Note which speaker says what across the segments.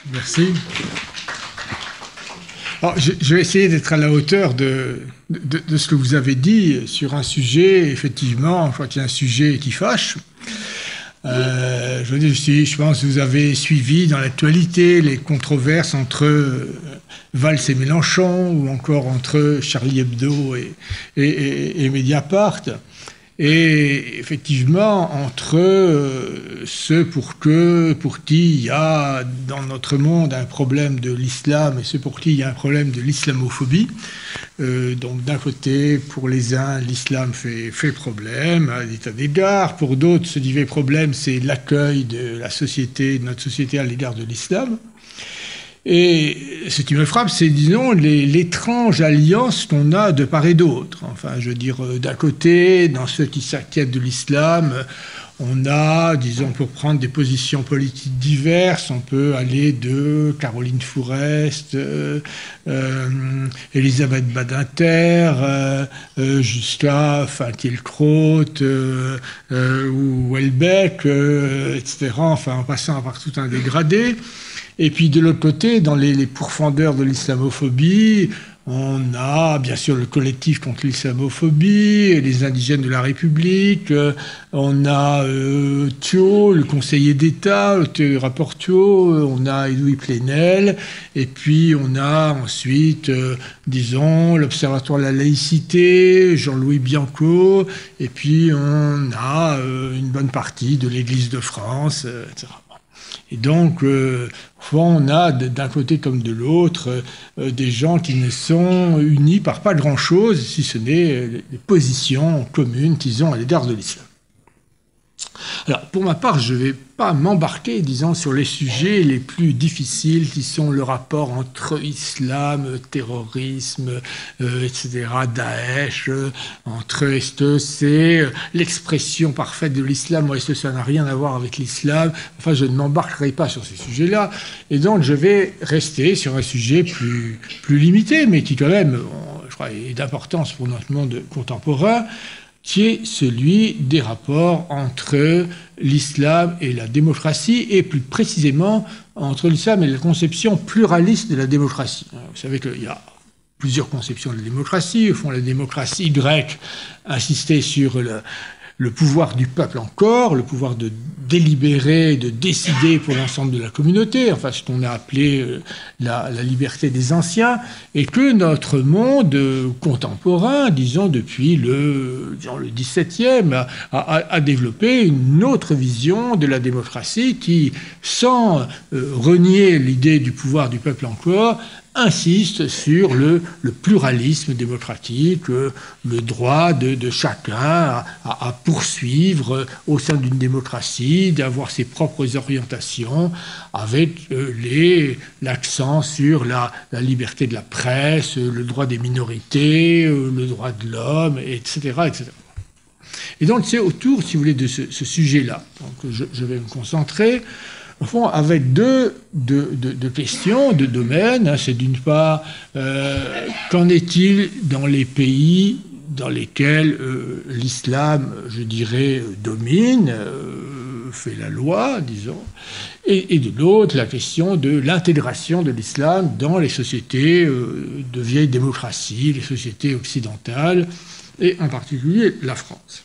Speaker 1: Merci. Alors, je vais essayer d'être à la hauteur de ce que vous avez dit sur un sujet, effectivement, je crois qu'il y a un sujet qui fâche. Je pense que vous avez suivi dans l'actualité les controverses entre Valls et Mélenchon, ou encore entre Charlie Hebdo et Mediapart. Et effectivement, entre ceux pour qui il y a dans notre monde un problème de l'islam et ceux pour qui il y a un problème de l'islamophobie. Donc d'un côté, pour les uns, l'islam fait problème à des tas d'égards. Pour d'autres, ce qui fait problème, c'est l'accueil de la société, de notre société à l'égard de l'islam. Et ce qui me frappe, c'est, disons, l'étrange alliance qu'on a de part et d'autre. Enfin, je veux dire, d'un côté, dans ceux qui s'inquiètent de l'islam, on a, disons, pour prendre des positions politiques diverses, on peut aller de Caroline Fourest, Elisabeth Badinter, jusqu'à Finkielkraut, ou Houellebecq, etc., enfin, en passant par tout un dégradé. Et puis de l'autre côté, dans les pourfendeurs de l'islamophobie, on a bien sûr le collectif contre l'islamophobie, les indigènes de la République, on a Thiot, le conseiller d'État, le rapport Thiot, on a Edoui Plenel, et puis on a ensuite, disons, l'Observatoire de la laïcité, Jean-Louis Bianco, et puis on a une bonne partie de l'Église de France, etc. Et donc, on a d'un côté comme de l'autre des gens qui ne sont unis par pas grand-chose, si ce n'est les positions communes qu'ils ont à l'égard de l'islam. Alors, pour ma part, je ne vais pas m'embarquer, disons, sur les sujets les plus difficiles qui sont le rapport entre islam, terrorisme, etc., Daesh, entre est-ce que c'est l'expression parfaite de l'islam ou est-ce que ça n'a rien à voir avec l'islam. Enfin, je ne m'embarquerai pas sur ces sujets-là. Et donc, je vais rester sur un sujet plus limité, mais qui, quand même, je crois, est d'importance pour notre monde contemporain, qui est celui des rapports entre l'islam et la démocratie, et plus précisément entre l'islam et la conception pluraliste de la démocratie. Vous savez qu'il y a plusieurs conceptions de la démocratie. Au fond, la démocratie grecque insistait sur le pouvoir du peuple encore, le pouvoir de délibérer, de décider pour l'ensemble de la communauté, enfin ce qu'on a appelé la liberté des anciens, et que notre monde contemporain, disons depuis le XVIIe, a développé une autre vision de la démocratie qui, sans renier l'idée du pouvoir du peuple encore, insiste sur le pluralisme démocratique, le droit de chacun à poursuivre au sein d'une démocratie, d'avoir ses propres orientations, avec l'accent sur la liberté de la presse, le droit des minorités, le droit de l'homme, etc., etc. Et donc c'est autour, si vous voulez, de ce sujet-là que je vais me concentrer. Au fond, avec deux questions, deux domaines. C'est d'une part, qu'en est-il dans les pays dans lesquels l'islam, je dirais, domine, fait la loi, disons, et de l'autre, la question de l'intégration de l'islam dans les sociétés de vieille démocratie, les sociétés occidentales, et en particulier la France.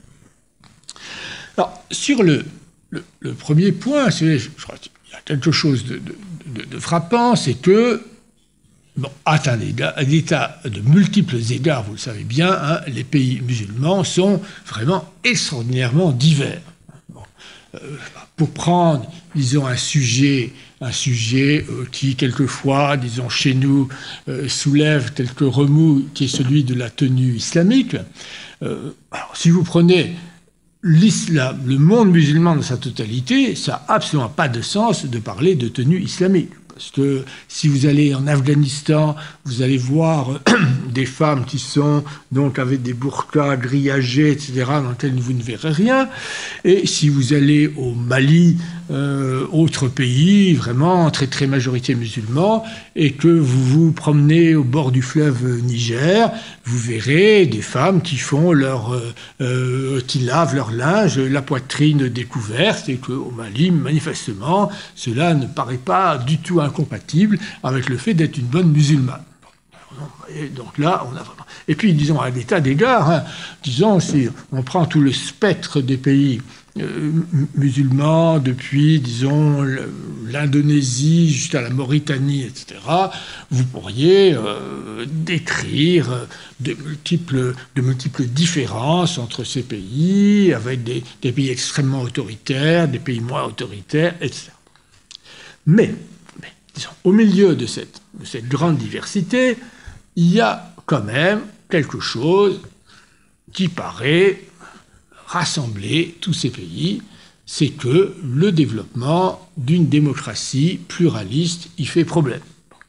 Speaker 1: Alors, sur le premier point, je crois qu'il y a quelque chose de frappant, c'est que, bon, à de multiples égards, vous le savez bien, hein, les pays musulmans sont vraiment extraordinairement divers. Bon, pour prendre, disons, un sujet qui, quelquefois, disons, chez nous, soulève quelques remous, qui est celui de la tenue islamique. Alors, si vous prenez l'islam, le monde musulman dans sa totalité, ça n'a absolument pas de sens de parler de tenue islamique. Parce que si vous allez en Afghanistan, vous allez voir des femmes qui sont donc avec des burqas grillagés, etc., dans lesquels vous ne verrez rien. Et si vous allez au Mali, autre pays, vraiment très très majorité musulman, et que vous vous promenez au bord du fleuve Niger, vous verrez des femmes qui font qui lavent leur linge, la poitrine découverte, et qu'au Mali, manifestement, cela ne paraît pas du tout incompatible avec le fait d'être une bonne musulmane. Et donc là, on a vraiment... Et puis, disons, à des tas d'égards, hein, disons, si on prend tout le spectre des pays musulmans, depuis, disons, l'Indonésie jusqu'à la Mauritanie, etc., vous pourriez décrire de multiples différences entre ces pays, avec des pays extrêmement autoritaires, des pays moins autoritaires, etc. Mais disons, au milieu de cette grande diversité, il y a quand même quelque chose qui paraît rassembler tous ces pays, c'est que le développement d'une démocratie pluraliste y fait problème.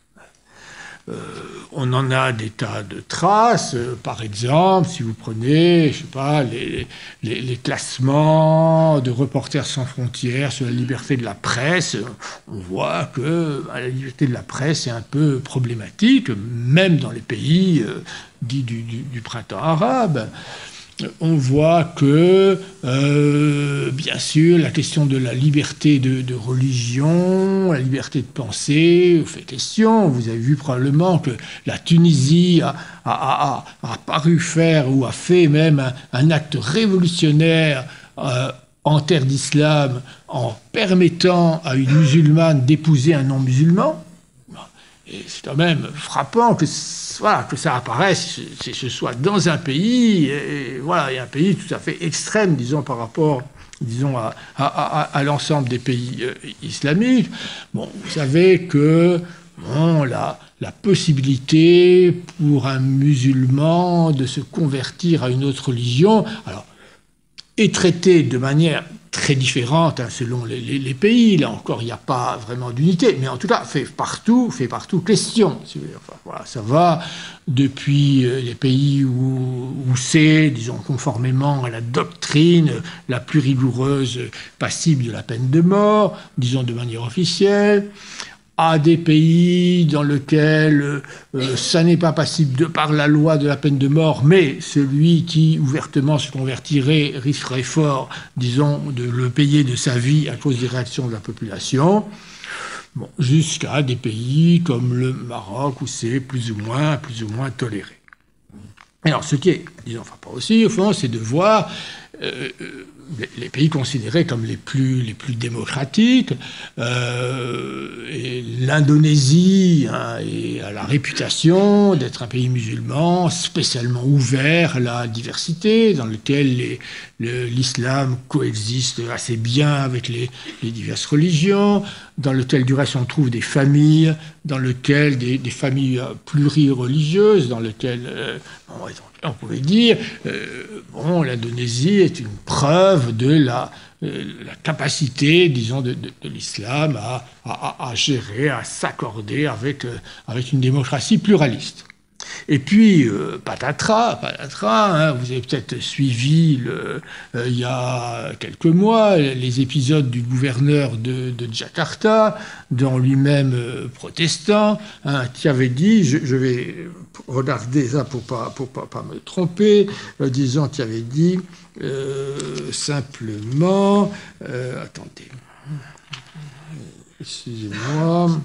Speaker 1: On en a des tas de traces. Par exemple, si vous prenez, je sais pas, les classements de Reporters sans frontières sur la liberté de la presse, on voit que la liberté de la presse est un peu problématique, même dans les pays dits du printemps arabe. On voit que, bien sûr, la question de la liberté de religion, la liberté de penser, fait question. Vous avez vu probablement que la Tunisie a paru faire, ou a fait même un acte révolutionnaire en terre d'islam, en permettant à une musulmane d'épouser un non-musulman. Et c'est quand même frappant que ça apparaisse, ce soit dans un pays, et voilà, il y a un pays tout à fait extrême, disons, par rapport, disons, à l'ensemble des pays islamiques. Bon, vous savez que la possibilité pour un musulman de se convertir à une autre religion, alors, est traitée de manière très différente selon les pays. Là encore, il n'y a pas vraiment d'unité, mais en tout cas, fait partout question. Enfin, voilà, ça va depuis les pays où c'est, disons, conformément à la doctrine la plus rigoureuse passible de la peine de mort, disons de manière officielle, à des pays dans lesquels ça n'est pas passible de par la loi de la peine de mort, mais celui qui ouvertement se convertirait risquerait fort, disons, de le payer de sa vie à cause des réactions de la population, bon, jusqu'à des pays comme le Maroc où c'est plus ou moins toléré. Alors, ce qui est, disons, enfin pas aussi, au fond, c'est de voir les pays considérés comme les plus démocratiques, et l'Indonésie a la réputation d'être un pays musulman spécialement ouvert à la diversité, dans lequel l'islam coexiste assez bien avec les diverses religions, dans lequel du reste on trouve des familles, dans lequel des familles plurireligieuses, dans lequel on pouvait dire l'Indonésie est une preuve de la capacité, disons, de l'islam à gérer, à s'accorder avec une démocratie pluraliste. Et puis, patatras, vous avez peut-être suivi il y a quelques mois les épisodes du gouverneur de Jakarta, dont lui-même protestant, qui avait dit, je vais regarder ça pour pas me tromper, disons, qui avait dit simplement, attendez, excusez-moi.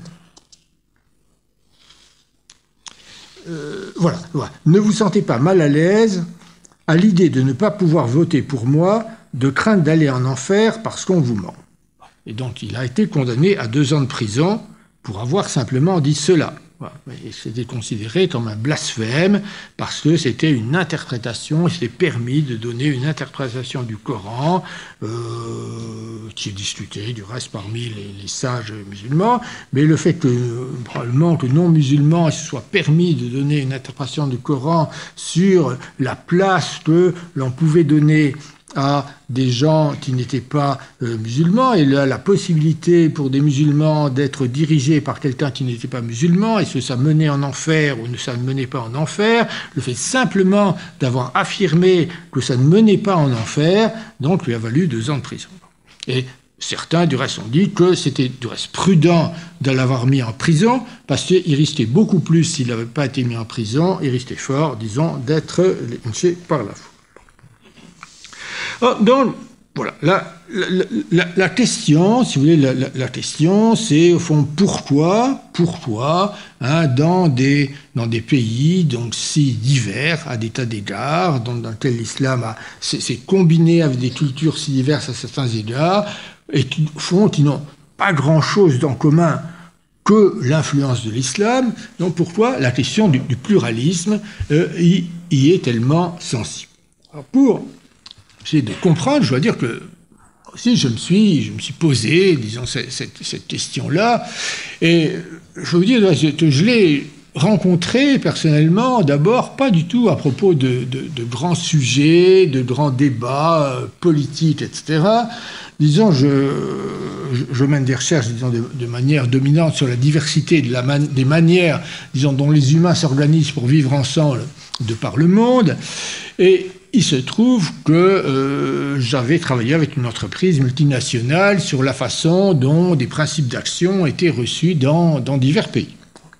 Speaker 1: Voilà. Ne vous sentez pas mal à l'aise à l'idée de ne pas pouvoir voter pour moi, de crainte d'aller en enfer parce qu'on vous ment. Et donc il a été condamné à 2 ans de prison pour avoir simplement dit cela. Voilà. Et c'était considéré comme un blasphème parce que c'était une interprétation, il s'est permis de donner une interprétation du Coran qui est discutée du reste parmi les sages musulmans, mais le fait que probablement que non-musulmans se soit permis de donner une interprétation du Coran sur la place que l'on pouvait donner à des gens qui n'étaient pas musulmans, et la possibilité pour des musulmans d'être dirigés par quelqu'un qui n'était pas musulman, est-ce que ça menait en enfer ou ça ne menait pas en enfer, le fait simplement d'avoir affirmé que ça ne menait pas en enfer, donc lui a valu 2 ans de prison. Et certains, du reste, ont dit que c'était du reste prudent de l'avoir mis en prison, parce qu'il risquait beaucoup plus s'il n'avait pas été mis en prison, il risquait fort, disons, d'être lynché par la foule. Donc, voilà, la question, si vous voulez, la question, c'est au fond pourquoi, dans des pays donc si divers à des tas d'égards, dans lesquels l'islam s'est combiné avec des cultures si diverses à certains égards, et qui n'ont pas grand-chose en commun que l'influence de l'islam. Donc pourquoi la question du pluralisme y est tellement sensible. Alors pour essayer de comprendre, je dois dire que aussi je me suis posé, disons, cette question-là, et je veux dire que je l'ai rencontré personnellement, d'abord pas du tout à propos de grands sujets, de grands débats politiques, etc. Disons, je mène des recherches, disons, de manière dominante sur la diversité des manières, disons, dont les humains s'organisent pour vivre ensemble de par le monde, et il se trouve que j'avais travaillé avec une entreprise multinationale sur la façon dont des principes d'action étaient reçus dans divers pays.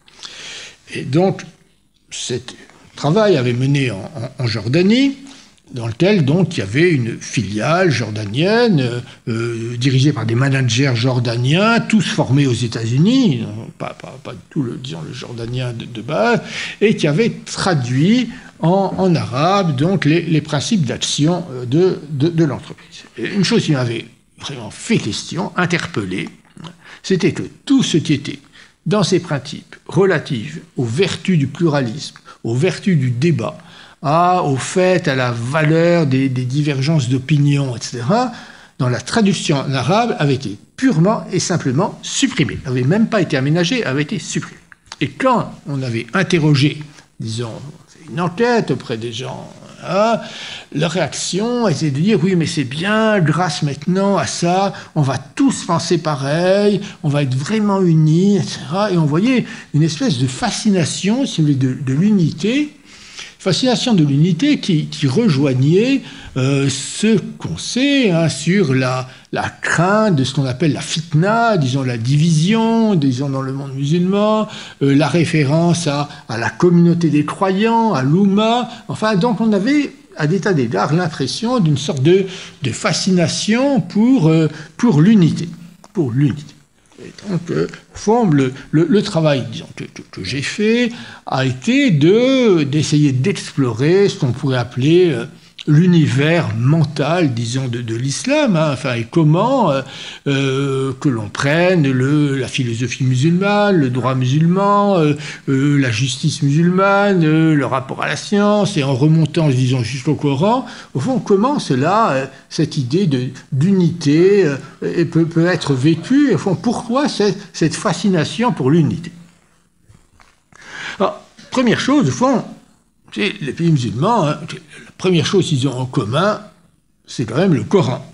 Speaker 1: Et donc, ce travail avait mené en Jordanie, dans lequel donc il y avait une filiale jordanienne dirigée par des managers jordaniens, tous formés aux États-Unis, pas du tout le jordanien de base, et qui avait traduit en arabe donc les principes d'action de l'entreprise. Et une chose qui m'avait vraiment fait question, interpellé, c'était que tout ce qui était dans ces principes relatifs aux vertus du pluralisme, aux vertus du débat, au fait, à la valeur des divergences d'opinion, etc., dans la traduction en arabe, avait été purement et simplement supprimé. N'avait même pas été aménagé, avait été supprimé. Et quand on avait interrogé, disons, une enquête auprès des gens, leur réaction était de dire « oui, mais c'est bien, grâce maintenant à ça, on va tous penser pareil, on va être vraiment unis, etc. » Et on voyait une espèce de fascination, si vous voulez, de l'unité, fascination de l'unité qui rejoignait ce qu'on sait sur la crainte de ce qu'on appelle la fitna, disons la division, disons dans le monde musulman, la référence à la communauté des croyants, à l'Oumma. Enfin, donc on avait à des tas d'égards l'impression d'une sorte de fascination pour l'unité. Pour l'unité. Et donc, au fond, le travail, disons, que j'ai fait a été d'essayer d'explorer ce qu'on pourrait appeler l'univers mental, disons, de l'islam, et comment que l'on prenne la philosophie musulmane, le droit musulman, la justice musulmane, le rapport à la science, et en remontant, disons, jusqu'au Coran, au fond, comment cette idée d'unité peut être vécue, et au fond, pourquoi cette fascination pour l'unité. Alors, première chose, au fond, c'est les pays musulmans, la première chose qu'ils ont en commun, c'est quand même le Coran.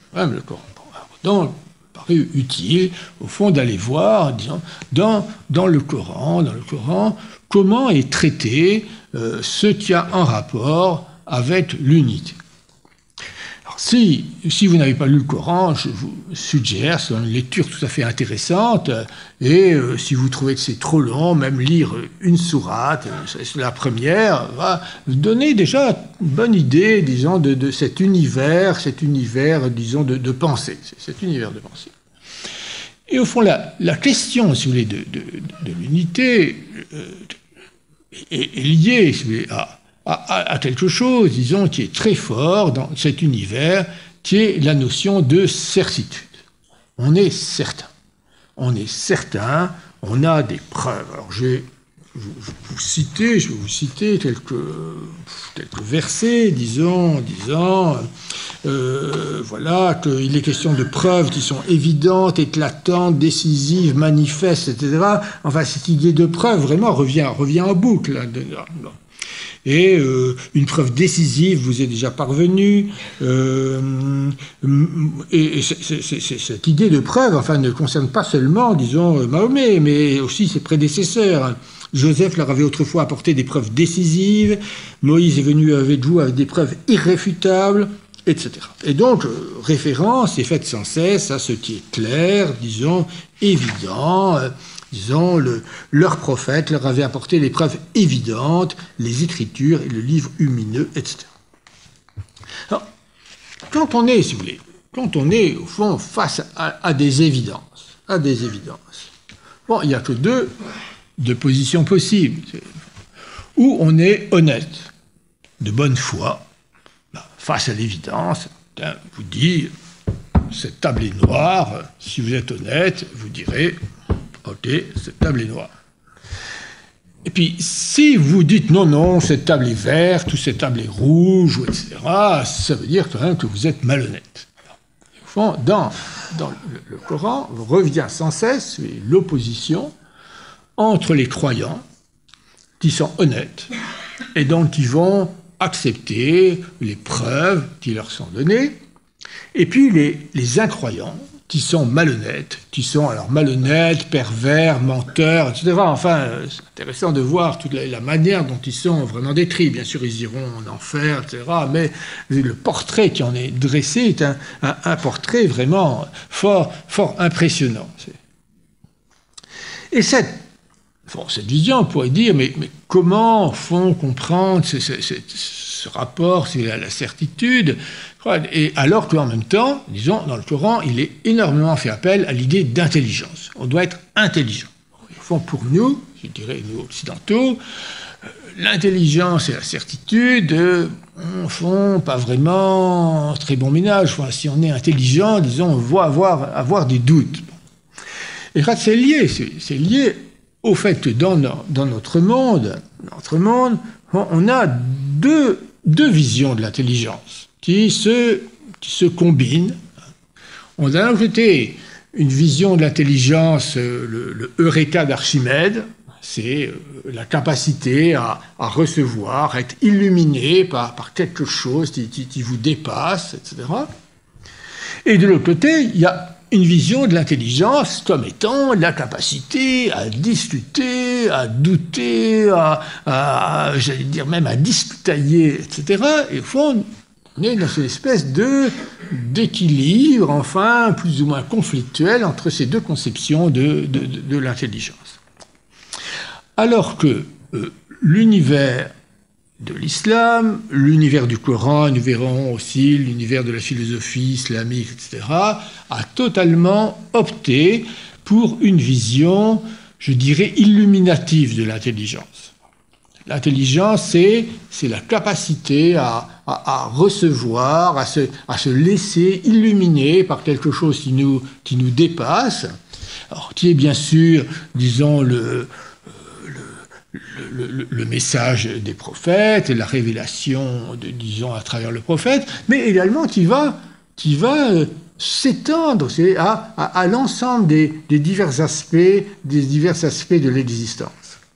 Speaker 1: Donc, il paraît utile, au fond, d'aller voir, disons, dans le Coran, comment est traité ce qui a un rapport avec l'unité. Alors, si vous n'avez pas lu le Coran, je vous suggère, c'est une lecture tout à fait intéressante, et si vous trouvez que c'est trop long, même lire une sourate, la première, va donner déjà une bonne idée, disons, de cet univers, disons, de pensée, cet univers de pensée. Et au fond, la question, si vous voulez, de l'unité est liée, si vous voulez, à quelque chose, disons, qui est très fort dans cet univers, qui est la notion de certitude. On est certain, on a des preuves. Alors je vais vous citer quelques versets, disons, voilà, qu'il est question de preuves qui sont évidentes, éclatantes, décisives, manifestes, etc. Enfin, cette idée de preuve, vraiment, revient en boucle. et une preuve décisive vous est déjà parvenue. Et cette idée de preuve, enfin, ne concerne pas seulement, disons, Mahomet, mais aussi ses prédécesseurs. Joseph leur avait autrefois apporté des preuves décisives, Moïse est venu avec vous avec des preuves irréfutables, etc. Et donc, référence est faite sans cesse à ce qui est clair, disons, évident. Disons, leur prophète leur avait apporté des preuves évidentes, les Écritures et le livre lumineux, etc. Alors, quand on est, si vous voulez, quand on est, au fond, face à des évidences, bon, il n'y a que deux positions possibles. Où on est honnête, de bonne foi, face à l'évidence, vous dit, cette table est noire, si vous êtes honnête, vous direz, ok, cette table est noire. Et puis, si vous dites non, cette table est verte, ou cette table est rouge, etc., ça veut dire quand même que vous êtes malhonnête. Au fond, dans le Coran, revient sans cesse l'opposition entre les croyants qui sont honnêtes et donc qui vont accepter les preuves qui leur sont données, et puis les incroyants qui sont malhonnêtes, malhonnêtes, pervers, menteurs, etc. Enfin, c'est intéressant de voir toute la manière dont ils sont vraiment décrits. Bien sûr, ils iront en enfer, etc. Mais le portrait qui en est dressé est un portrait vraiment fort impressionnant. Et cette vision, on pourrait dire, mais comment font comprendre ce rapport, c'est la certitude, et alors qu'en même temps, disons, dans le Coran, il est énormément fait appel à l'idée d'intelligence. On doit être intelligent. Au fond, pour nous, je dirais nous occidentaux, l'intelligence et la certitude ne font pas vraiment très bon ménage. Enfin, si on est intelligent, disons, on va avoir des doutes. Et c'est lié au fait que dans notre monde, on a deux visions de l'intelligence qui se combinent. On a d'un côté une vision de l'intelligence, le Eureka d'Archimède, c'est la capacité à recevoir, à être illuminé par quelque chose qui vous dépasse, etc. Et de l'autre côté, il y a une vision de l'intelligence comme étant la capacité à discuter, à douter, j'allais dire même à disputailler, etc. Et au fond, on est dans cette espèce d'équilibre, enfin, plus ou moins conflictuel entre ces deux conceptions de l'intelligence. Alors que l'univers de l'islam, l'univers du Coran, nous verrons aussi l'univers de la philosophie islamique, etc., a totalement opté pour une vision, je dirais, illuminative de l'intelligence. L'intelligence, c'est la capacité à recevoir, à se laisser illuminer par quelque chose qui nous dépasse, alors, qui est bien sûr, disons, le message des prophètes et la révélation, disons, à travers le prophète, mais également qui va s'étendre à l'ensemble des divers aspects de l'existence.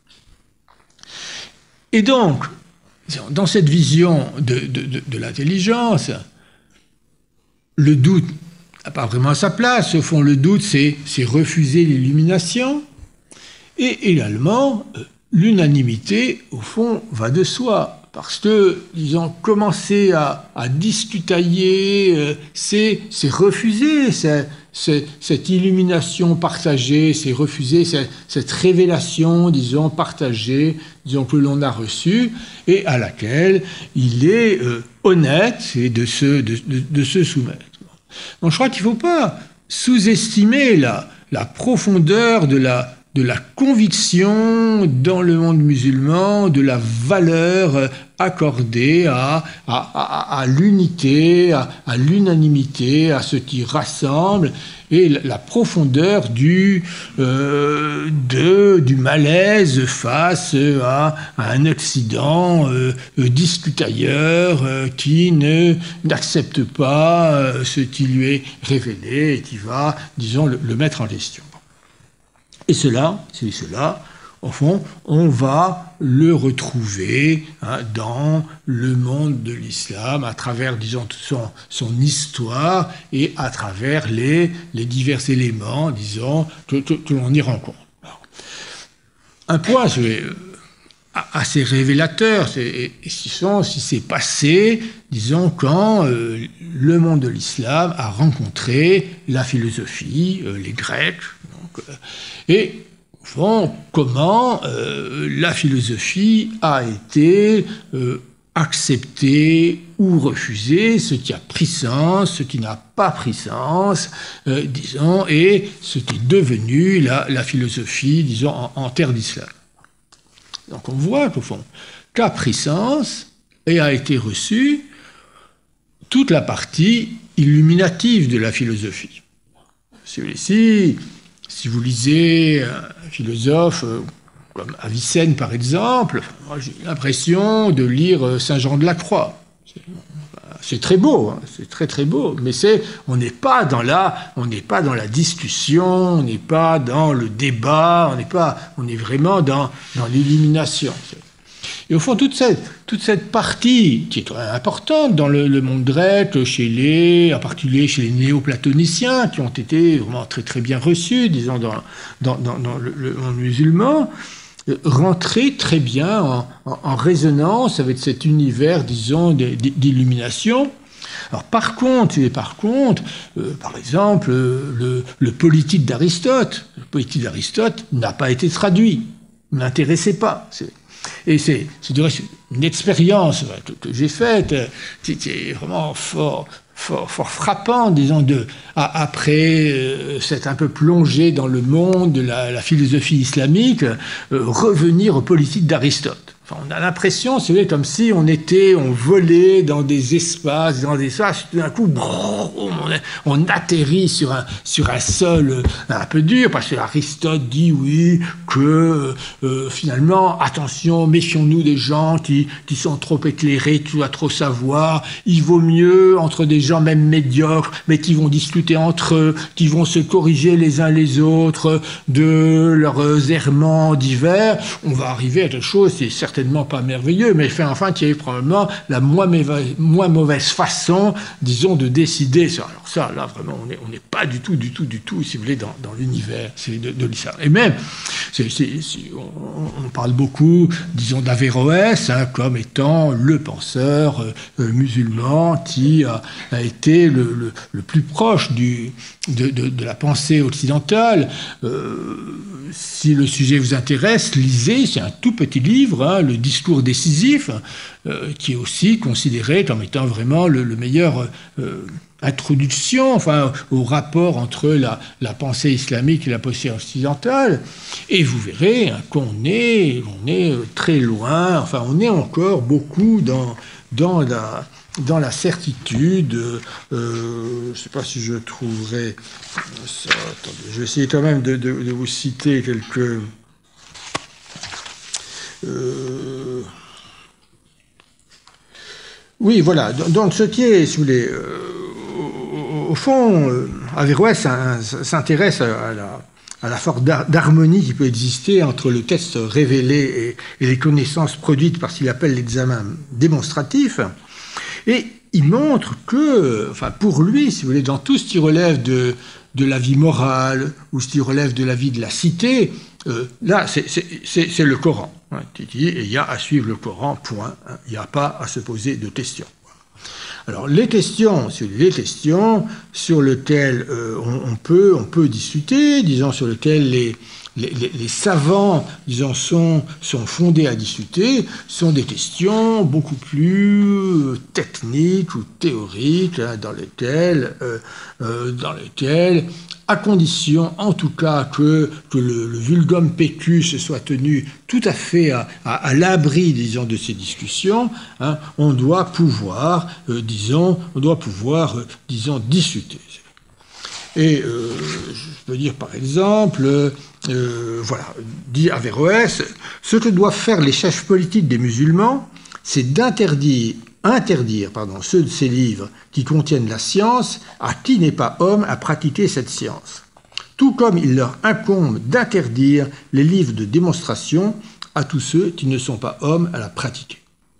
Speaker 1: Et donc, dans cette vision de l'intelligence, le doute n'a pas vraiment sa place. Au fond, le doute, c'est refuser l'illumination, et également, l'unanimité, au fond, va de soi. Parce que, disons, commencer à discutailler, c'est refuser cette illumination partagée, c'est refuser cette révélation, disons, partagée, disons, que l'on a reçue, et à laquelle il est honnête de se soumettre. Donc je crois qu'il ne faut pas sous-estimer la profondeur de la conviction dans le monde musulman, de la valeur accordée à l'unité, à l'unanimité, à ce qui rassemble, et la profondeur du malaise face à un Occident discutailleur qui n'accepte pas ce qui lui est révélé et qui va, disons, le mettre en question. Et cela, au fond, on va le retrouver dans le monde de l'islam, à travers, disons, son histoire et à travers les divers éléments, disons, que l'on y rencontre. Alors, un point assez révélateur, c'est ce qui s'est passé, disons, quand le monde de l'islam a rencontré la philosophie, les Grecs, et au fond, comment la philosophie a été acceptée ou refusée, ce qui a pris sens, ce qui n'a pas pris sens, disons, et ce qui est devenu la philosophie, disons, en terre d'islam. Donc on voit qu'au fond, qu'a pris sens et a été reçue toute la partie illuminative de la philosophie. Si vous lisez un philosophe comme Avicenne par exemple, moi j'ai l'impression de lire Saint Jean de la Croix. C'est très beau, c'est très très beau, mais on n'est pas dans la discussion, on n'est pas dans le débat, on est vraiment dans l'illumination. Et au fond, toute cette partie qui est quand même importante dans le monde grec, en particulier chez les néoplatoniciens, qui ont été vraiment très très bien reçus, disons, dans le monde musulman, rentrer très bien en résonance avec cet univers, disons, d'illumination. Alors par contre, par exemple, le politique d'Aristote n'a pas été traduit, n'intéressait pas. Et c'est une expérience que j'ai faite, qui est vraiment fort frappant, disons, après s'être un peu plongé dans le monde de la philosophie islamique, revenir aux politiques d'Aristote. Enfin, on a l'impression, c'est comme si on volait dans des espaces, tout d'un coup, on atterrit sur un sol un peu dur, parce que Aristote dit, oui, que finalement, attention, méfions-nous des gens qui sont trop éclairés, qui doivent trop savoir, il vaut mieux entre des gens même médiocres, mais qui vont discuter entre eux, qui vont se corriger les uns les autres de leurs errements divers, on va arriver à quelque chose, c'est certainement pas merveilleux, mais enfin qui est probablement la moins mauvaise façon, disons, de décider. Alors ça, là, vraiment, on n'est pas du tout, si vous voulez, dans l'univers de l'islam. Et même, on parle beaucoup, disons, d'Averroès, comme étant le penseur musulman qui a été le plus proche de la pensée occidentale. Si le sujet vous intéresse, lisez, c'est un tout petit livre, Le discours décisif, qui est aussi considéré comme étant vraiment le meilleur introduction, au rapport entre la pensée islamique et la pensée occidentale. Et vous verrez qu'on est très loin, on est encore beaucoup dans la certitude, je ne sais pas si je trouverai ça, attendez, je vais essayer quand même de vous citer quelques... Oui, voilà, donc ce qui est, si vous voulez, au fond, Averroès s'intéresse à la forme d'harmonie qui peut exister entre le texte révélé et les connaissances produites par ce qu'il appelle l'examen démonstratif. Et il montre que, pour lui, si vous voulez, dans tout ce qui relève de la vie morale ou ce qui relève de la vie de la cité, là, c'est le Coran. Il y a à suivre le Coran, point. Il n'y a pas à se poser de questions. Alors, les questions sur lesquelles on peut discuter, disons, sur lesquelles les savants, disons, sont fondés à discuter, sont des questions beaucoup plus techniques ou théoriques, dans lesquelles, à condition, en tout cas, que le vulgum pecus soit tenu tout à fait à l'abri, disons, de ces discussions, on doit pouvoir, disons, discuter. Et je peux dire, par exemple, voilà, dit Averroès, ce que doivent faire les chefs politiques des musulmans, c'est interdire ceux de ces livres qui contiennent la science à qui n'est pas homme à pratiquer cette science.
Speaker 2: tout comme il leur incombe d'interdire les livres de démonstration à tous ceux qui ne sont pas hommes à la pratiquer.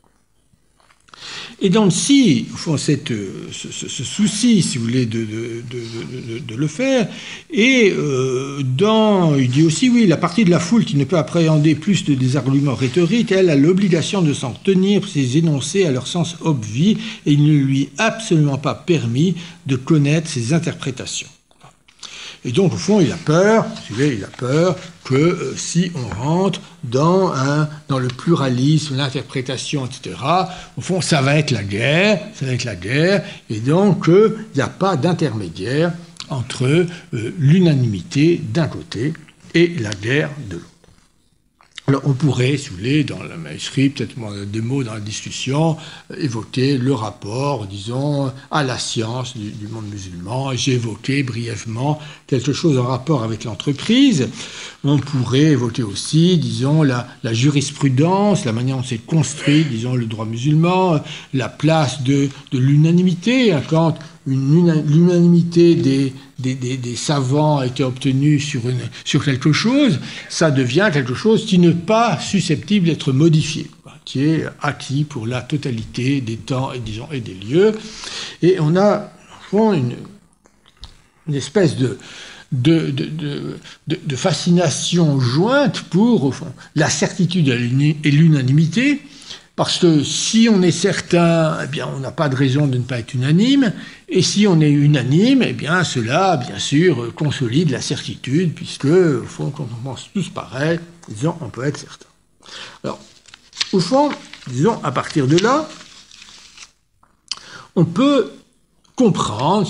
Speaker 2: Et donc, si, au fond, ce souci, si vous voulez, de le faire, et il dit aussi, oui, la partie de la foule qui ne peut appréhender plus des arguments rhétoriques, elle a l'obligation de s'en tenir pour ses énoncés à leur sens obvi, et il ne lui est absolument pas permis de connaître ses interprétations. Et donc, au fond, il a peur, que si on rentre dans le pluralisme, l'interprétation, etc., au fond, ça va être la guerre, et donc, il n'y a pas d'intermédiaire entre l'unanimité d'un côté et la guerre de l'autre. Alors, on pourrait, si vous voulez, dans le manuscrit, peut-être des mots dans la discussion, évoquer le rapport, disons, à la science du monde musulman. J'ai évoqué brièvement quelque chose en rapport avec l'entreprise. On pourrait évoquer aussi, disons, la jurisprudence, la manière dont c'est construit, disons, le droit musulman, la place de l'unanimité, hein, quand l'unanimité des savants a été obtenue sur quelque chose, ça devient quelque chose qui n'est pas susceptible d'être modifié, qui est acquis pour la totalité des temps et des lieux. Et on a au fond une espèce de fascination jointe pour, au fond, la certitude et l'unanimité. Parce que si on est certain, eh bien, on n'a pas de raison de ne pas être unanime. Et si on est unanime, eh bien, cela, bien sûr, consolide la certitude, puisque, au fond, quand on pense tous pareil, disons, on peut être certain. Alors, au fond, disons, à partir de là, on peut comprendre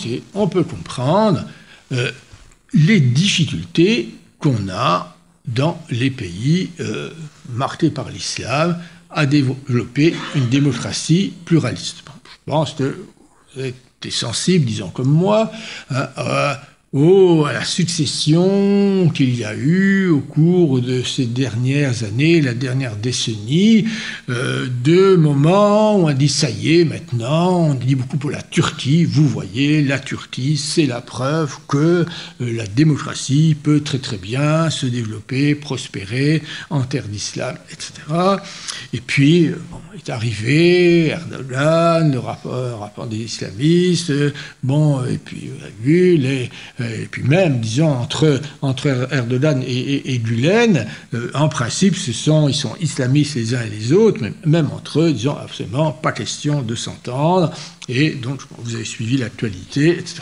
Speaker 2: les difficultés qu'on a dans les pays marqués par l'islam, à développer une démocratie pluraliste. Je pense que vous êtes sensible, disons comme moi, à la succession qu'il y a eu au cours de ces dernières années, la dernière décennie, de moments où on dit ça y est, maintenant, on dit beaucoup pour la Turquie, vous voyez, la Turquie, c'est la preuve que la démocratie peut très très bien se développer, prospérer en terre d'islam, etc. Et puis, est arrivé Erdogan, le rapport des islamistes, et puis on a vu et puis même, disons, entre Erdogan et Gülen, en principe, ils sont islamistes les uns et les autres, mais même entre eux, disons, absolument pas question de s'entendre, et donc, vous avez suivi l'actualité, etc.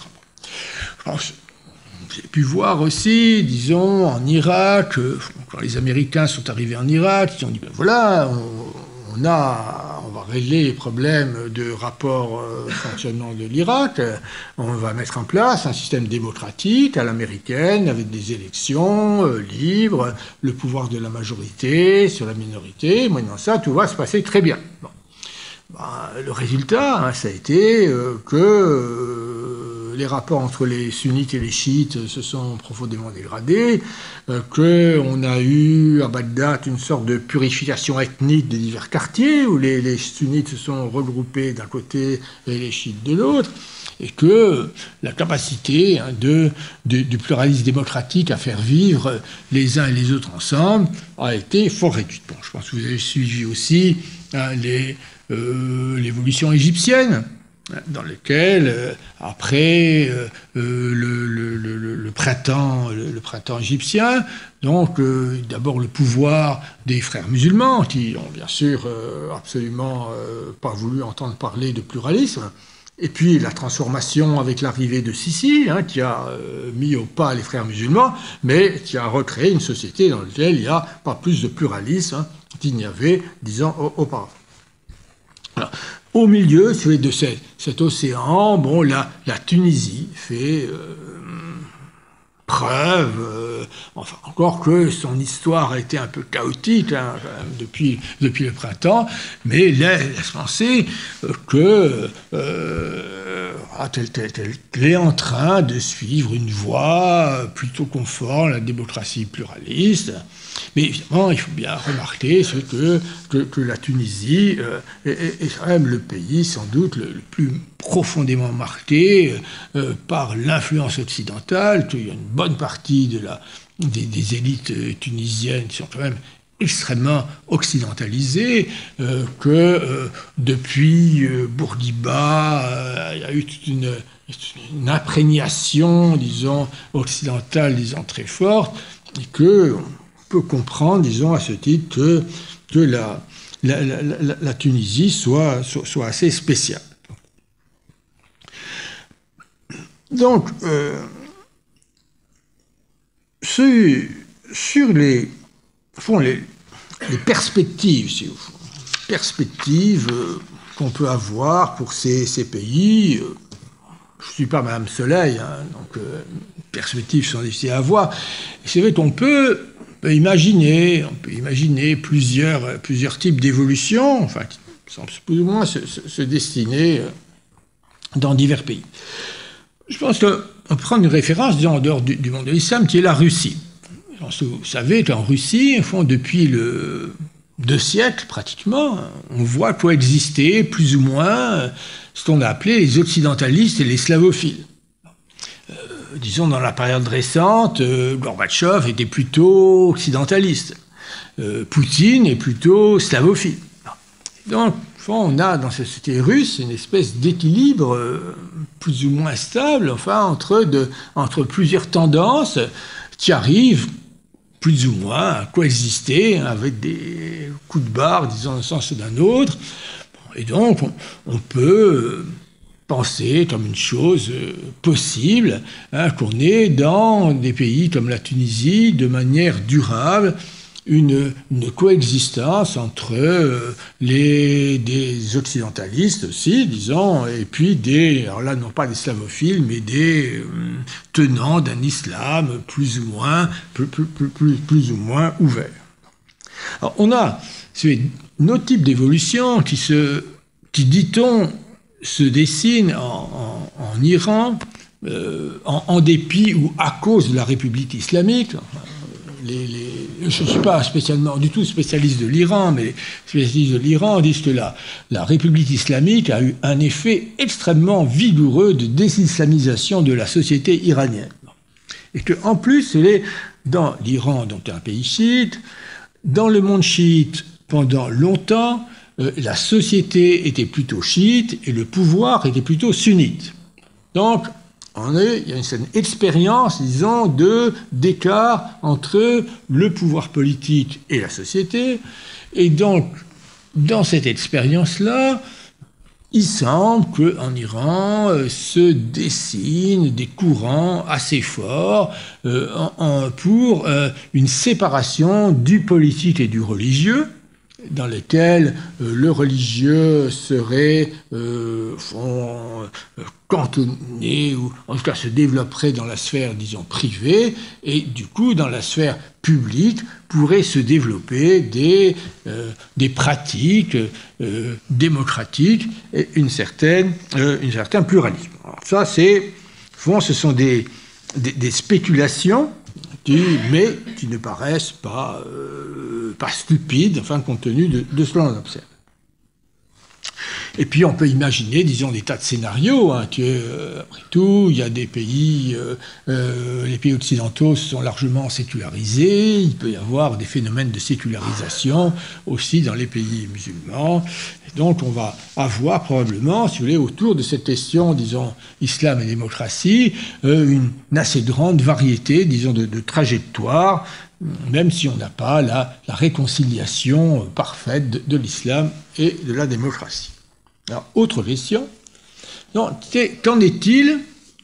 Speaker 2: J'ai pu voir aussi, disons, en Irak, quand les Américains sont arrivés en Irak, ils ont dit, ben voilà, on va régler les problèmes de rapport fonctionnement de l'Irak, on va mettre en place un système démocratique à l'américaine, avec des élections libres, le pouvoir de la majorité sur la minorité, moyennant ça, tout va se passer très bien. Bon. Le résultat, ça a été que les rapports entre les sunnites et les chiites se sont profondément dégradés, qu'on a eu à Bagdad une sorte de purification ethnique des divers quartiers, où les sunnites se sont regroupés d'un côté et les chiites de l'autre, et que la capacité du pluralisme démocratique à faire vivre les uns et les autres ensemble a été fort réduite. Bon, je pense que vous avez suivi aussi l'évolution égyptienne, dans lequel, après le printemps égyptien, donc d'abord le pouvoir des frères musulmans, qui ont bien sûr absolument pas voulu entendre parler de pluralisme, et puis la transformation avec l'arrivée de Sisi, qui a mis au pas les frères musulmans, mais qui a recréé une société dans laquelle il n'y a pas plus de pluralisme qu'il n'y avait 10 ans auparavant. Alors, au milieu de cet océan, la Tunisie fait preuve, encore que son histoire a été un peu chaotique depuis le printemps, mais laisse penser que elle est en train de suivre une voie plutôt conforme à la démocratie pluraliste,
Speaker 1: Mais évidemment, il faut bien remarquer que la Tunisie est quand même le pays sans doute le plus profondément marqué par l'influence occidentale, qu'il y a une bonne partie des élites tunisiennes qui sont quand même extrêmement occidentalisées, que depuis Bourguiba, il y a eu toute une imprégnation, disons, occidentale, disons, très forte, et qu'on peut comprendre, disons, à ce titre que la Tunisie soit assez spéciale. Donc, sur les perspectives, si vous voulez, perspectives qu'on peut avoir pour ces pays, je ne suis pas Madame Soleil, donc perspectives sont difficiles à avoir. C'est vrai qu'on peut imaginer plusieurs types d'évolutions, enfin, qui semblent plus ou moins se destiner dans divers pays. Je pense qu'on peut prendre une référence, disons, en dehors du monde de l'islam, qui est la Russie. Vous savez qu'en Russie, au fond, depuis 2 siècles pratiquement, on voit coexister plus ou moins ce qu'on a appelé les occidentalistes et les slavophiles. Disons, dans la période récente, Gorbatchev était plutôt occidentaliste. Poutine est plutôt slavophile. Donc, on a dans cette société russe une espèce d'équilibre plus ou moins stable, enfin, entre plusieurs tendances qui arrivent plus ou moins à coexister avec des coups de barre, disons, d'un sens ou d'un autre. Et donc, on peut penser comme une chose possible qu'on ait dans des pays comme la Tunisie, de manière durable, une coexistence entre des occidentalistes aussi, disons, et puis alors là, non pas des slavophiles, mais des tenants d'un islam plus ou moins ouvert. Alors, on a nos types d'évolution qui, dit-on, se dessinent en Iran, en dépit ou à cause de la République islamique. Je ne suis pas spécialement du tout spécialiste de l'Iran, mais les spécialistes de l'Iran disent que la République islamique a eu un effet extrêmement vigoureux de désislamisation de la société iranienne. Et qu'en plus, dans l'Iran, donc un pays chiite, dans le monde chiite, pendant longtemps, la société était plutôt chiite et le pouvoir était plutôt sunnite. Donc, il y a une certaine expérience, disons, d'écart entre le pouvoir politique et la société. Et donc, dans cette expérience-là, il semble qu'en Iran se dessinent des courants assez forts pour une séparation du politique et du religieux, dans lesquels le religieux serait cantonné, ou en tout cas se développerait dans la sphère, disons, privée, et du coup, dans la sphère publique, pourraient se développer des pratiques démocratiques et un certain pluralisme. Alors ça, ce sont des spéculations mais qui ne paraissent pas stupides, enfin, compte tenu de ce que l'on observe. Et puis on peut imaginer, disons, des tas de scénarios, que, après tout, il y a des pays, les pays occidentaux sont largement sécularisés, il peut y avoir des phénomènes de sécularisation aussi dans les pays musulmans. Et donc on va avoir probablement, si vous voulez, autour de cette question, disons, islam et démocratie, une assez grande variété, disons, de trajectoires, même si on n'a pas la réconciliation parfaite de l'islam et de la démocratie. Alors, autre question, qu'en est-il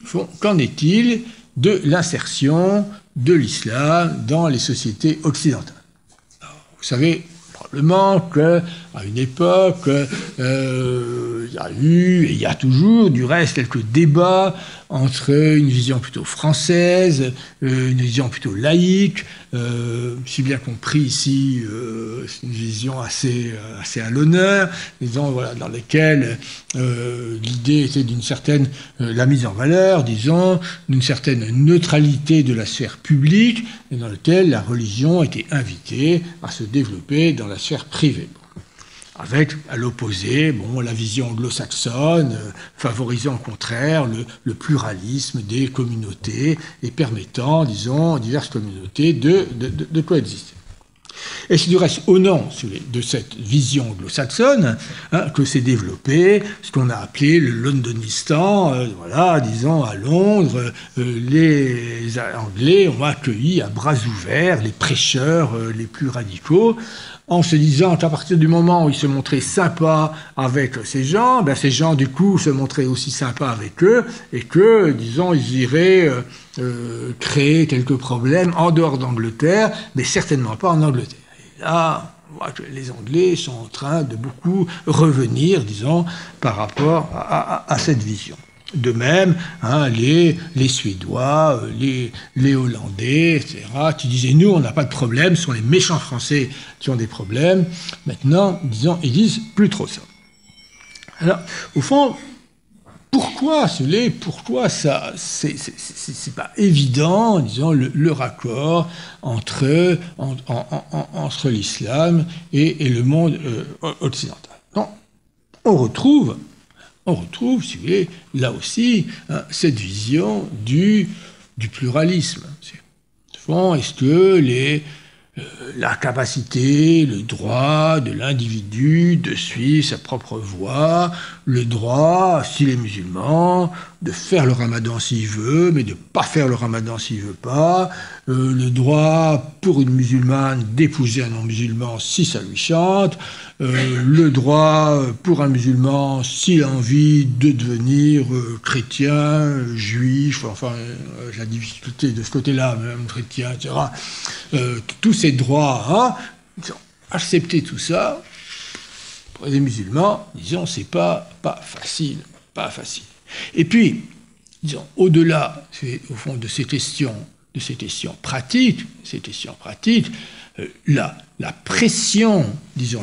Speaker 1: de l'insertion de l'islam dans les sociétés occidentales? Alors, vous savez probablement qu'à une époque, il
Speaker 2: y a eu, et il y a toujours, du reste, quelques débats entre une vision plutôt française, une vision plutôt laïque, si bien compris ici, c'est une vision assez à l'honneur, disons, voilà, dans laquelle l'idée était d'une certaine, la mise en valeur, disons, d'une certaine neutralité de la sphère publique, et dans laquelle la religion était invitée à se développer dans la sphère privée. Avec, à l'opposé, la vision anglo-saxonne, favorisant au contraire le pluralisme des communautés et permettant, disons, diverses communautés de coexister. Et c'est du reste au nom de cette vision anglo-saxonne que s'est développé ce qu'on a appelé le Londonistan. Disons, à Londres, les Anglais ont accueilli à bras ouverts les prêcheurs les plus radicaux, en se disant qu'à partir du moment où ils se montraient sympas avec ces gens, du coup, se montraient aussi sympas avec eux, et que, disons, ils iraient créer quelques problèmes en dehors d'Angleterre, mais certainement pas en Angleterre. Et là, on voit que les Anglais sont en train de beaucoup revenir, disons, par rapport à cette vision. De même, les Suédois, les Hollandais, etc., qui disaient, nous, on n'a pas de problème, ce sont les méchants Français qui ont des problèmes. Maintenant, disons, ils disent plus trop ça. Alors, au fond, pourquoi ça, c'est pas évident, disons, le raccord entre l'islam et le monde occidental. Non, on retrouve, si vous voulez, là aussi, cette vision du pluralisme. Est-ce que la capacité, le droit de l'individu de suivre sa propre voie, le droit, s'il est musulman, de faire le ramadan s'il veut, mais de ne pas faire le ramadan s'il ne veut pas, le droit pour une musulmane d'épouser un non-musulman si ça lui chante, le droit pour un musulman s'il a envie de devenir chrétien, juif, la difficulté de ce côté-là, même chrétien, etc. Tous ces droits, accepter tout ça, pour les musulmans, disons, c'est pas facile. Et puis, disons, au-delà, au fond, de ces questions pratiques, la pression, disons,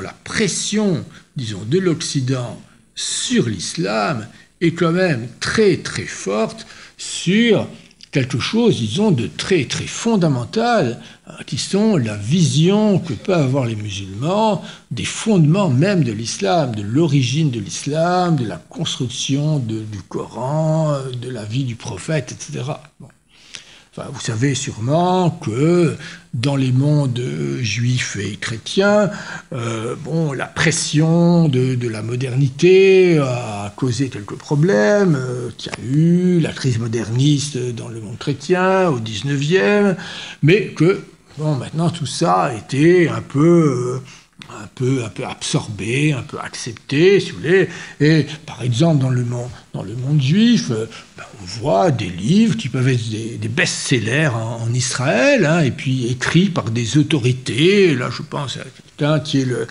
Speaker 2: de l'Occident sur l'islam est quand même très, très forte sur quelque chose, disons, de très, très fondamental, qui sont la vision que peuvent avoir les musulmans des fondements même de l'islam, de l'origine de l'islam, de la construction du Coran, de la vie du prophète, etc. Bon. Vous savez sûrement que dans les mondes juifs et chrétiens, la pression de la modernité a causé quelques problèmes, qu'il y a eu la crise moderniste dans le monde chrétien au XIXe, mais que maintenant tout ça a été un peu absorbé, un peu accepté, si vous voulez. Et par exemple, dans le monde juif, on voit des livres qui peuvent être des best-sellers en Israël, et puis écrits par des autorités. Là, je pense à quelqu'un qui est le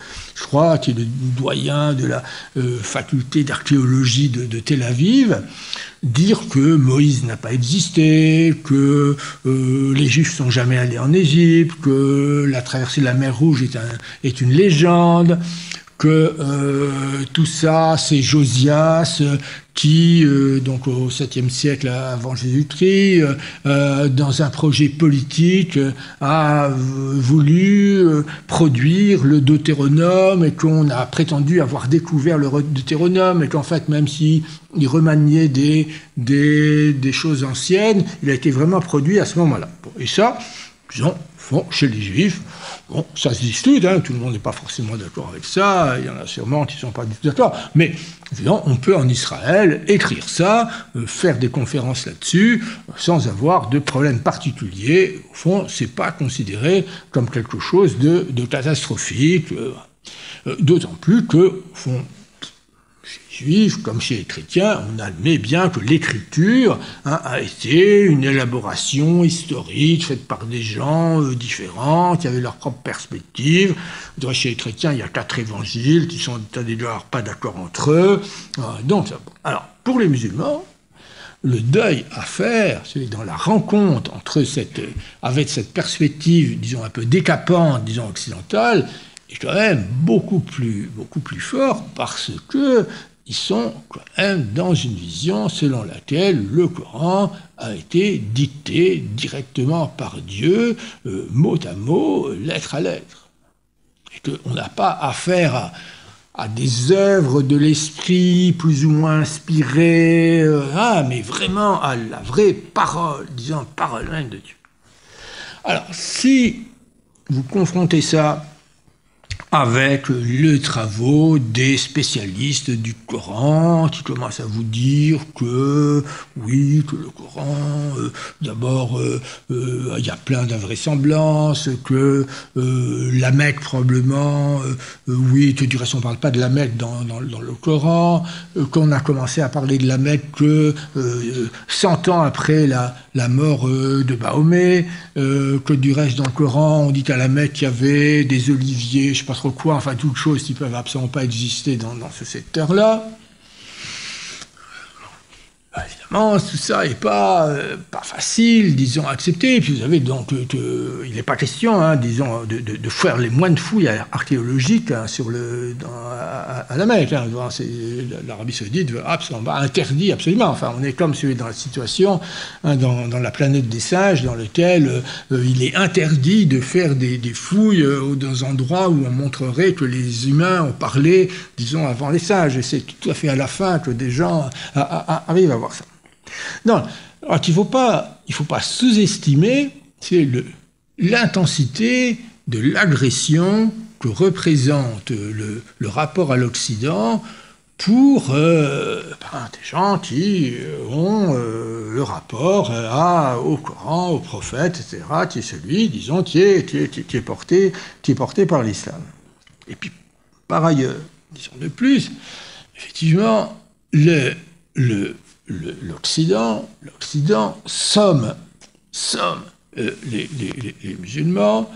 Speaker 2: doyen de la faculté d'archéologie de Tel Aviv, dire que Moïse n'a pas existé, que les Juifs ne sont jamais allés en Égypte, que la traversée de la mer Rouge est une légende, que tout ça, c'est Josias qui, donc au 7e siècle avant Jésus-Christ, dans un projet politique, a voulu produire le Deutéronome et qu'on a prétendu avoir découvert le Deutéronome et qu'en fait, même s'il remaniait des choses anciennes, il a été vraiment produit à ce moment-là. Et ça, disons, chez les Juifs, ça se discute, tout le monde n'est pas forcément d'accord avec ça, il y en a sûrement qui ne sont pas du tout d'accord, mais évidemment, on peut en Israël écrire ça, faire des conférences là-dessus, sans avoir de problème particulier. Au fond, ce n'est pas considéré comme quelque chose de catastrophique, d'autant plus que, au fond, chez les juifs, comme chez les chrétiens, on admet bien que l'écriture a été une élaboration historique faite par des gens différents, qui avaient leur propre perspective. Chez les chrétiens, il y a 4 évangiles qui sont d'ailleurs pas d'accord entre eux. Donc, alors, pour les musulmans, le deuil à faire, c'est dans la rencontre entre avec cette perspective, disons, un peu décapante, disons, occidentale, est quand même beaucoup plus fort, parce que ils sont quand même dans une vision selon laquelle le Coran a été dicté directement par Dieu, mot à mot, lettre à lettre. Et qu'on n'a pas affaire à des œuvres de l'esprit plus ou moins inspirées, mais vraiment à la vraie parole, disons, parole même de Dieu. Alors, si vous confrontez ça avec les travaux des spécialistes du Coran qui commencent à vous dire que, oui, que le Coran, d'abord, il y a plein d'invraisemblances, que la Mecque, probablement, oui, que du reste, on ne parle pas de la Mecque dans le Coran, qu'on a commencé à parler de la Mecque que 100 ans après la mort de Mahomet, que du reste, dans le Coran, on dit qu'à la Mecque, il y avait des oliviers, je ne sais pas trop quoi, enfin toutes choses qui ne peuvent absolument pas exister dans ce secteur-là. Évidemment, tout ça n'est pas facile, disons, à accepter. Et puis vous avez donc, il n'est pas question, disons, de faire les moindres fouilles archéologiques à la Mecque. L'Arabie Saoudite veut absolument, interdit absolument. Enfin, on est comme dans la situation dans la planète des singes, dans laquelle il est interdit de faire des fouilles dans un endroit où on montrerait que les humains ont parlé, disons, avant les singes. Et c'est tout à fait à la fin que des gens arrivent à voir ça. Non, alors il ne faut pas sous-estimer l'intensité de l'agression que représente le rapport à l'Occident pour des gens qui ont le rapport au Coran, au prophète, etc., qui est celui, disons, qui est porté par l'islam. Et puis, par ailleurs, disons de plus, effectivement, l'Occident somme les musulmans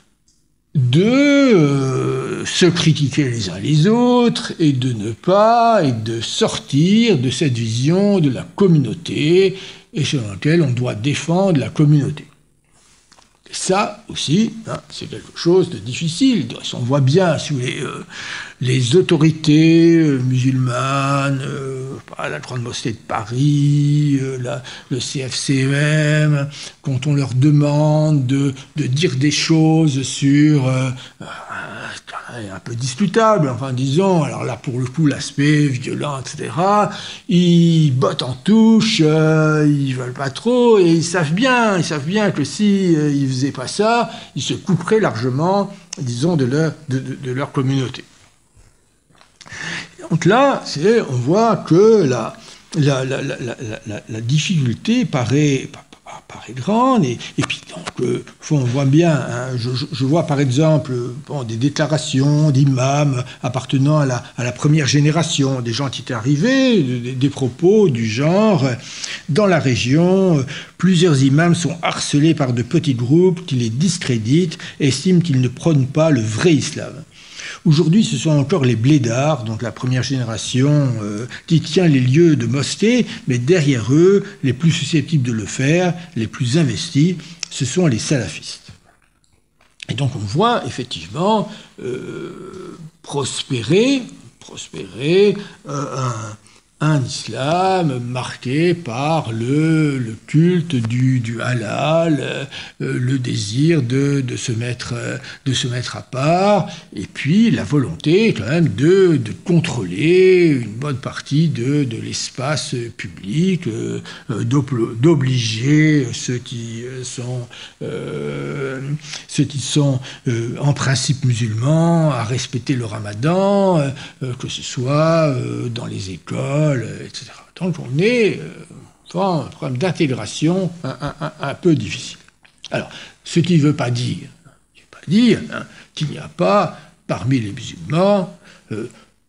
Speaker 2: de se critiquer les uns les autres et de sortir de cette vision de la communauté et selon laquelle on doit défendre la communauté. Et ça aussi, c'est quelque chose de difficile. On voit bien sous les autorités musulmanes, la Grande Mosquée de Paris, le CFCM, quand on leur demande de dire des choses sur un peu discutable, enfin disons, alors là pour le coup l'aspect violent, etc., ils bottent en touche, ils veulent pas trop, et ils savent bien que si ils faisaient pas ça, ils se couperaient largement, disons, de leur communauté. Donc là, on voit que la difficulté paraît grande, et puis donc, on voit bien, je vois par exemple des déclarations d'imams appartenant à la première génération, des gens qui étaient arrivés, des propos du genre, dans la région, plusieurs imams sont harcelés par de petits groupes qui les discréditent et estiment qu'ils ne prônent pas le vrai islam. Aujourd'hui, ce sont encore les blédards, donc la première génération, qui tient les lieux de mosquée, mais derrière eux, les plus susceptibles de le faire, les plus investis, ce sont les salafistes. Et donc on voit effectivement prospérer un islam marqué par le culte du halal, le désir de se mettre à part, et puis la volonté quand même de contrôler une bonne partie de l'espace public, d'obliger ceux qui sont en principe musulmans à respecter le ramadan, que ce soit dans les écoles, etc. Donc on est devant un problème d'intégration un peu difficile. Alors, ce qui ne veut pas dire qu'il n'y a pas parmi les musulmans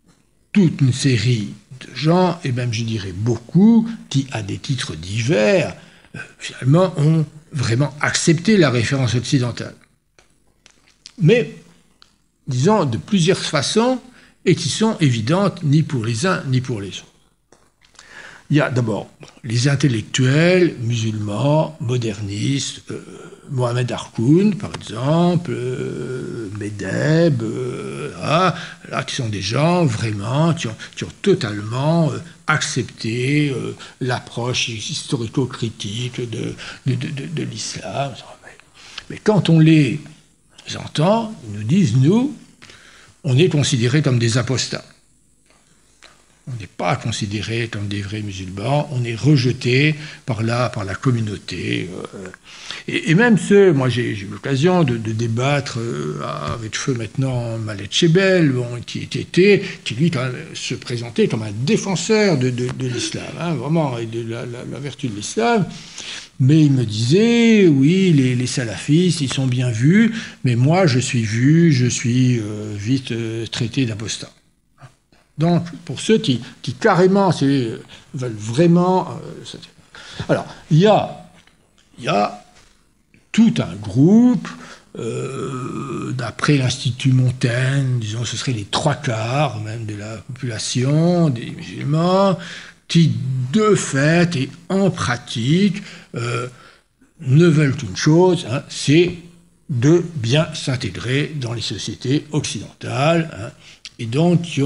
Speaker 2: toute une série de gens, et même je dirais beaucoup, qui, à des titres divers, finalement ont vraiment accepté la référence occidentale. Mais, disons, de plusieurs façons, et qui sont évidentes ni pour les uns ni pour les autres. Il y a d'abord les intellectuels musulmans, modernistes, Mohamed Harkoun, par exemple, Medeb, là, qui sont des gens vraiment qui ont totalement accepté l'approche historico-critique de l'islam. Mais quand on les entend, ils nous disent, nous, on est considérés comme des apostats. On n'est pas considérés comme des vrais musulmans, on est rejetés par la communauté. Et même ceux, moi j'ai eu l'occasion de débattre avec feu maintenant Malek Chebel, qui lui quand même se présentait comme un défenseur de l'islam, hein, vraiment, et de la vertu de l'islam. Mais il me disait, oui, les salafistes, ils sont bien vus, mais moi je suis vite traité d'apostat. Donc, pour ceux qui carrément veulent vraiment... alors, il y a tout un groupe, d'après l'Institut Montaigne, disons, ce serait les 3/4 même de la population, des musulmans, qui, de fait et en pratique, ne veulent qu'une chose, hein, c'est de bien s'intégrer dans les sociétés occidentales, hein, et donc qui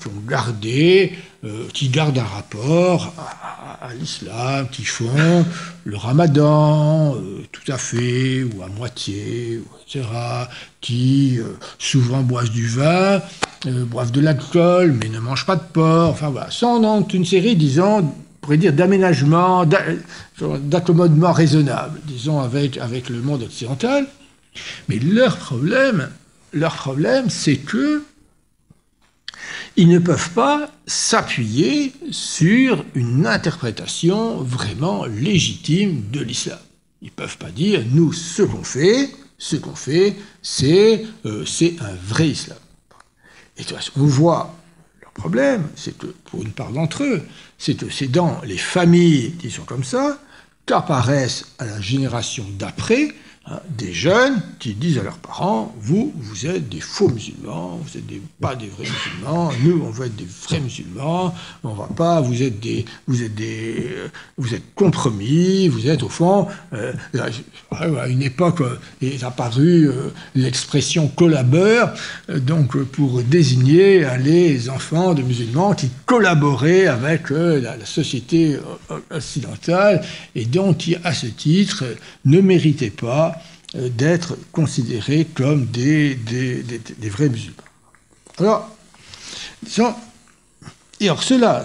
Speaker 2: gardent un rapport à l'islam, qui font le ramadan tout à fait, ou à moitié, etc., qui souvent boivent du vin, boivent de l'alcool, mais ne mangent pas de porc, enfin voilà, sans une série, disons, on pourrait dire d'aménagements, d'accommodements raisonnables, disons, avec le monde occidental. Mais leur problème, c'est que ils ne peuvent pas s'appuyer sur une interprétation vraiment légitime de l'islam. Ils ne peuvent pas dire, nous, ce qu'on fait, c'est un vrai islam. Et on voit leur problème, c'est que, pour une part d'entre eux, c'est que c'est dans les familles qui sont comme ça qu'apparaissent à la génération d'après, hein, des jeunes qui disent à leurs parents, vous êtes des faux musulmans, vous n'êtes pas des vrais musulmans, nous on veut être des vrais musulmans, on va pas, vous êtes compromis, vous êtes au fond, à une époque est apparue l'expression collabeur, donc pour désigner les enfants de musulmans qui collaboraient avec la société occidentale et donc qui à ce titre ne méritaient pas d'être considérés comme des vrais musulmans. Alors, disons, et alors cela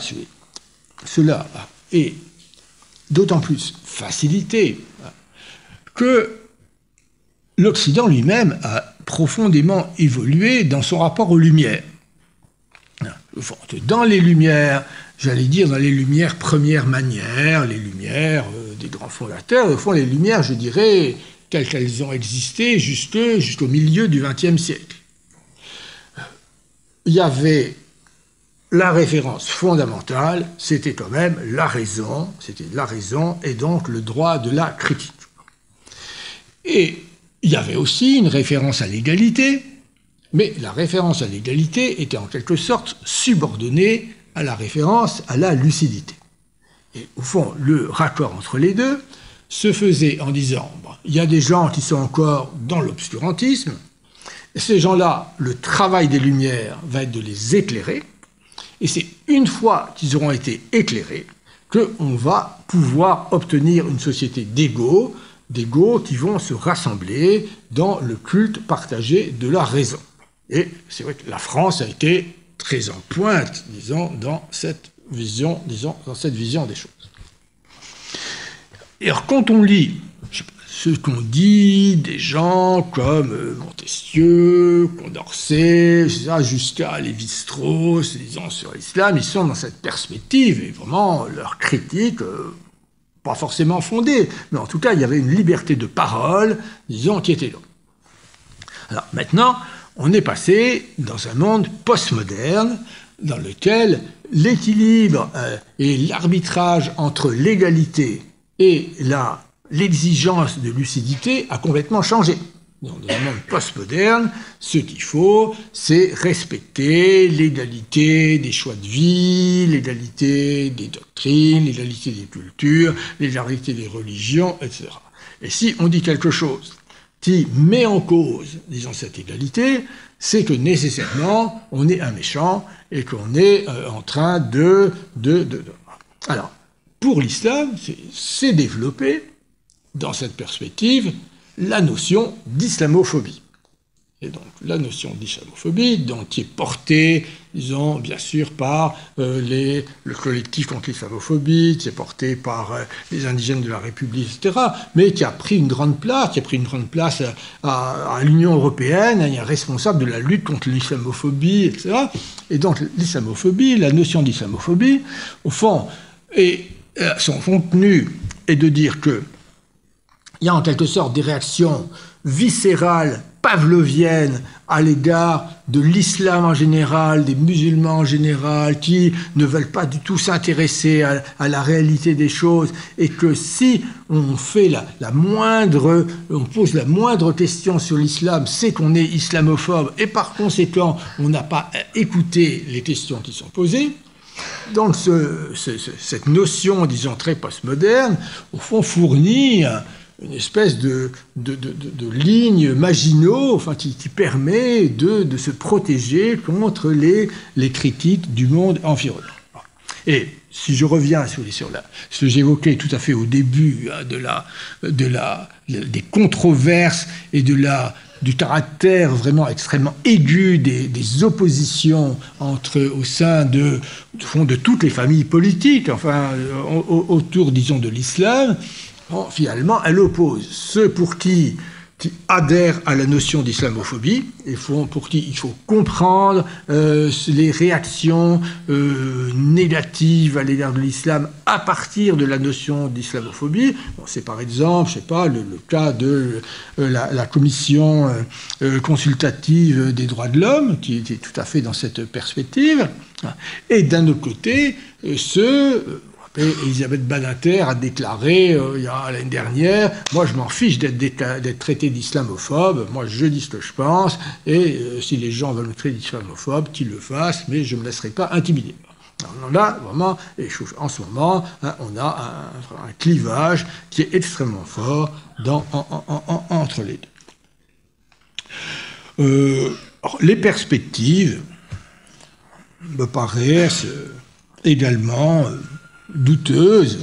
Speaker 2: est d'autant plus facilité que l'Occident lui-même a profondément évolué dans son rapport aux Lumières. Dans les Lumières, j'allais dire dans les Lumières première manière, les Lumières des grands fondateurs, au fond les Lumières, je dirais, telles qu'elles ont existé jusqu'au milieu du XXe siècle. Il y avait la référence fondamentale, c'était quand même la raison et donc le droit de la critique. Et il y avait aussi une référence à l'égalité, mais la référence à l'égalité était en quelque sorte subordonnée à la référence à la lucidité. Et au fond, le raccord entre les deux se faisait en disant, il y a des gens qui sont encore dans l'obscurantisme, et ces gens-là, le travail des Lumières va être de les éclairer, et c'est une fois qu'ils auront été éclairés qu'on va pouvoir obtenir une société d'égaux qui vont se rassembler dans le culte partagé de la raison. Et c'est vrai que la France a été très en pointe, disons, dans cette vision des choses. Et alors, quand on lit ce qu'on dit des gens comme Montesquieu, Condorcet, jusqu'à Lévi-Strauss, disons, sur l'islam, ils sont dans cette perspective, et vraiment, leur critique, pas forcément fondée, mais en tout cas, il y avait une liberté de parole, disons, qui était là. Alors, maintenant, on est passé dans un monde postmoderne dans lequel l'équilibre et l'arbitrage entre l'égalité et l'exigence de lucidité a complètement changé. Dans un monde postmoderne, ce qu'il faut, c'est respecter l'égalité des choix de vie, l'égalité des doctrines, l'égalité des cultures, l'égalité des religions, etc. Et si on dit quelque chose qui met en cause, disons, cette égalité, c'est que nécessairement, on est un méchant et qu'on est en train de... Alors, pour l'islam, c'est développé, dans cette perspective, la notion d'islamophobie. Et donc, la notion d'islamophobie, donc, qui est portée, disons, bien sûr, par le collectif contre l'islamophobie, qui est portée par les indigènes de la République, etc., mais qui a pris une grande place, à l'Union européenne, il y a un responsable de la lutte contre l'islamophobie, etc. Et donc, l'islamophobie, la notion d'islamophobie, au fond, son contenu est de dire que il y a en quelque sorte des réactions viscérales, pavloviennes, à l'égard de l'islam en général, des musulmans en général, qui ne veulent pas du tout s'intéresser à la réalité des choses, et que si on fait on pose la moindre question sur l'islam, c'est qu'on est islamophobe, et par conséquent, on n'a pas écouté les questions qui sont posées. Donc cette notion, disons, très postmoderne, au fond, fournit une espèce de ligne Maginot, enfin, qui permet de se protéger contre les critiques du monde environnant. Et si je reviens sur ce que j'évoquais tout à fait au début des controverses et du caractère vraiment extrêmement aigu des oppositions au sein de toutes les familles politiques, enfin, autour, disons, de l'islam. Bon, finalement, elle oppose ceux pour qui adhèrent à la notion d'islamophobie, et pour qui il faut comprendre les réactions négatives à l'égard de l'islam à partir de la notion d'islamophobie. Bon, c'est par exemple, je sais pas, le cas de la commission consultative des droits de l'homme, qui était tout à fait dans cette perspective. Et d'un autre côté, Elisabeth Badinter a déclaré l'année dernière, moi je m'en fiche d'être traité d'islamophobe, moi je dis ce que je pense, et si les gens veulent me traiter d'islamophobe, qu'ils le fassent, mais je ne me laisserai pas intimider. Alors là, vraiment, en ce moment, on a un clivage qui est extrêmement fort entre les deux. Les perspectives me paraissent également douteuses.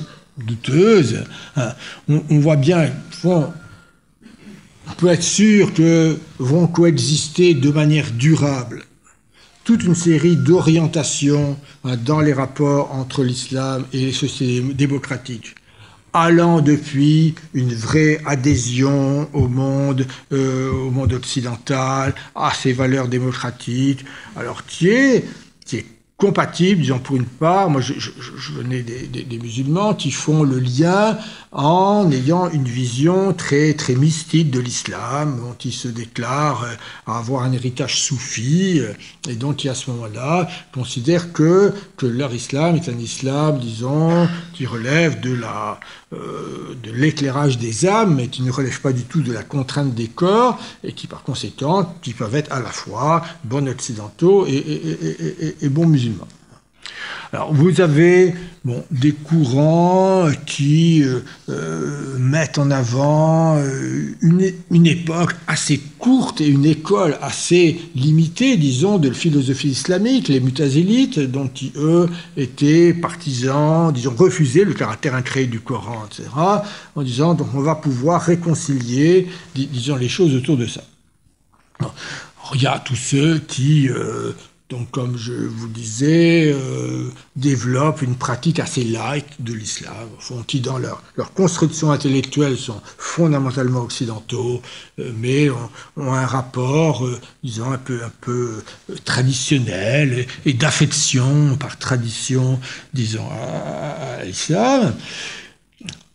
Speaker 2: On voit bien, on peut être sûr que vont coexister de manière durable toute une série d'orientations dans les rapports entre l'islam et les sociétés démocratiques, allant depuis une vraie adhésion au monde occidental, à ses valeurs démocratiques, alors qui est compatible, disons, pour une part, moi je venais des musulmans qui font le lien en ayant une vision très, très mystique de l'islam, dont ils se déclarent avoir un héritage soufi, et donc qui à ce moment-là considèrent que leur islam est un islam, disons, qui relève de l'éclairage des âmes, mais qui ne relève pas du tout de la contrainte des corps, et qui par conséquent, qui peuvent être à la fois bons occidentaux et bons musulmans. Alors, vous avez des courants qui mettent en avant une époque assez courte et une école assez limitée, disons, de la philosophie islamique, les mutazilites, dont qui, eux, étaient partisans, disons, refusaient le caractère incréé du Coran, etc., en disant, donc, on va pouvoir réconcilier, disons, les choses autour de ça. Alors, il y a tous ceux qui... donc, comme je vous disais, développent une pratique assez light de l'islam, qui, dans leur construction intellectuelle, sont fondamentalement occidentaux, mais ont un rapport, disons, un peu traditionnel et d'affection par tradition, disons, à l'islam.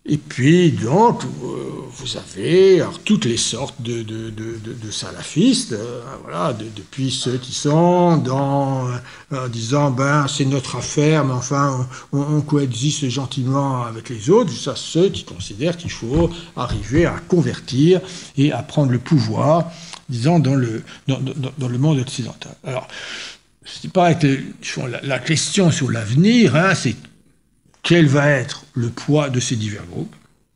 Speaker 1: Et puis, donc, vous avez alors, toutes les sortes de salafistes, voilà, depuis ceux qui sont en disant, c'est notre affaire, mais enfin, on coexiste gentiment avec les autres, jusqu'à ceux qui considèrent qu'il faut arriver à convertir et à prendre le pouvoir, disons, dans le monde occidental. Alors, c'est pas la question sur l'avenir, c'est quel va être le poids de ces divers groupes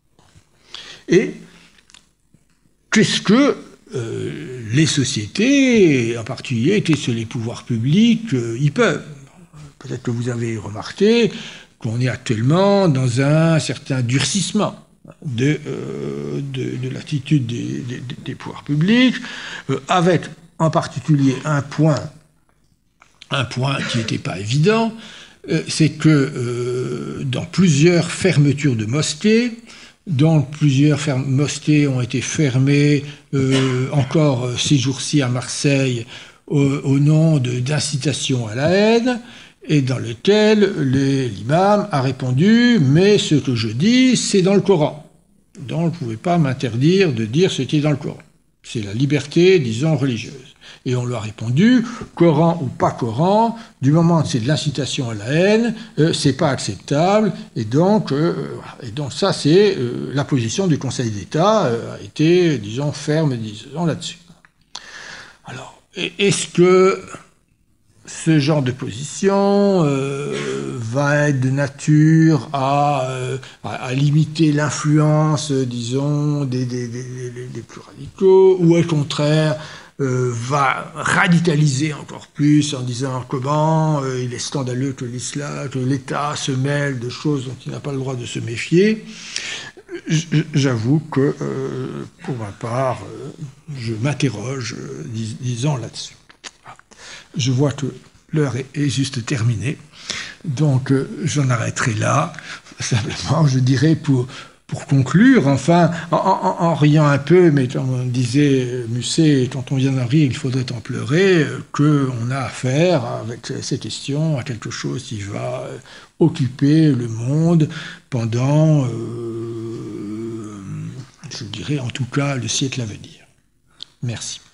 Speaker 1: et qu'est-ce que les sociétés, en particulier les pouvoirs publics, y peuvent. Peut-être que vous avez remarqué qu'on est actuellement dans un certain durcissement de l'attitude des pouvoirs publics, avec en particulier un point qui n'était pas évident, c'est que dans plusieurs fermetures de mosquées, dont plusieurs mosquées ont été fermées encore ces jours-ci à Marseille au nom d'incitation à la haine, et dans lequel l'imam a répondu « mais ce que je dis, c'est dans le Coran. Donc vous ne pouvez pas m'interdire de dire ce qui est dans le Coran. C'est la liberté, disons, religieuse. » Et on lui a répondu, Coran ou pas Coran, du moment que c'est de l'incitation à la haine, c'est pas acceptable. Et donc ça, c'est la position du Conseil d'État a été, disons, ferme, disons, là-dessus. Alors, est-ce que ce genre de position va être de nature à limiter l'influence, disons, des plus radicaux, ou au contraire va radicaliser encore plus en disant comment il est scandaleux que l'État se mêle de choses dont il n'a pas le droit de se méfier. J'avoue que, pour ma part, je m'interroge, disons, là-dessus. Je vois que l'heure est juste terminée, donc j'en arrêterai là. Simplement, je dirais pour conclure, enfin, en riant un peu, mais comme disait Musset, quand on vient d'en rire, il faudrait en pleurer, qu'on a affaire avec ces questions à quelque chose qui va occuper le monde pendant, je dirais en tout cas, le siècle à venir. Merci.